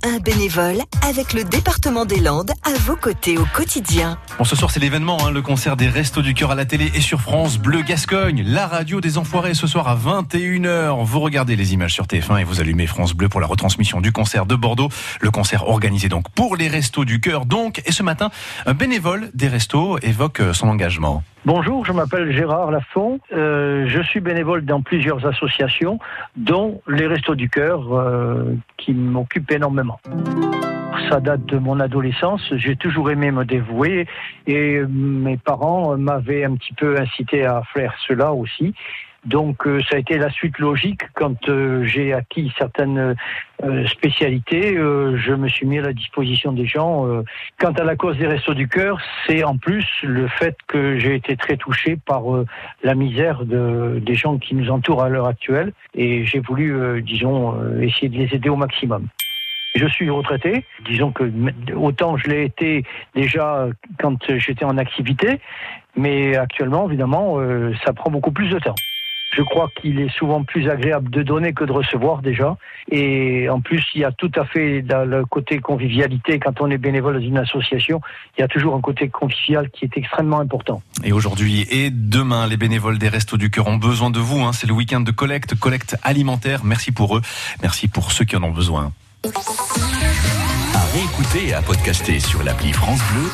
Un bénévole avec le département des Landes à vos côtés au quotidien. Bon, ce soir c'est l'événement, le concert des Restos du Cœur à la télé et sur France Bleu Gascogne, la radio des Enfoirés ce soir à 21h. Vous regardez les images sur TF1 et vous allumez France Bleu pour la retransmission du concert de Bordeaux. Le concert organisé donc pour les Restos du Cœur donc. Et ce matin, un bénévole des Restos évoque son engagement. Bonjour, je m'appelle Gérard Lafont. Je suis bénévole dans plusieurs associations, dont les Restos du Cœur, qui m'occupent énormément. Ça date de mon adolescence, j'ai toujours aimé me dévouer et mes parents m'avaient un petit peu incité à faire cela aussi. Donc ça a été la suite logique quand j'ai acquis certaines spécialités, je me suis mis à la disposition des gens. Quant à la cause des Restos du Cœur, c'est en plus le fait que j'ai été très touché par la misère des gens qui nous entourent à l'heure actuelle et j'ai voulu, essayer de les aider au maximum. Je suis retraité, disons que autant je l'ai été déjà quand j'étais en activité, mais actuellement, évidemment, ça prend beaucoup plus de temps. Je crois qu'il est souvent plus agréable de donner que de recevoir déjà. Et en plus, il y a tout à fait le côté convivialité. Quand on est bénévole dans une association, il y a toujours un côté convivial qui est extrêmement important. Et aujourd'hui et demain, les bénévoles des Restos du Cœur ont besoin de vous. C'est le week-end de collecte alimentaire. Merci pour eux. Merci pour ceux qui en ont besoin. À réécouter et à podcaster sur l'appli France Bleu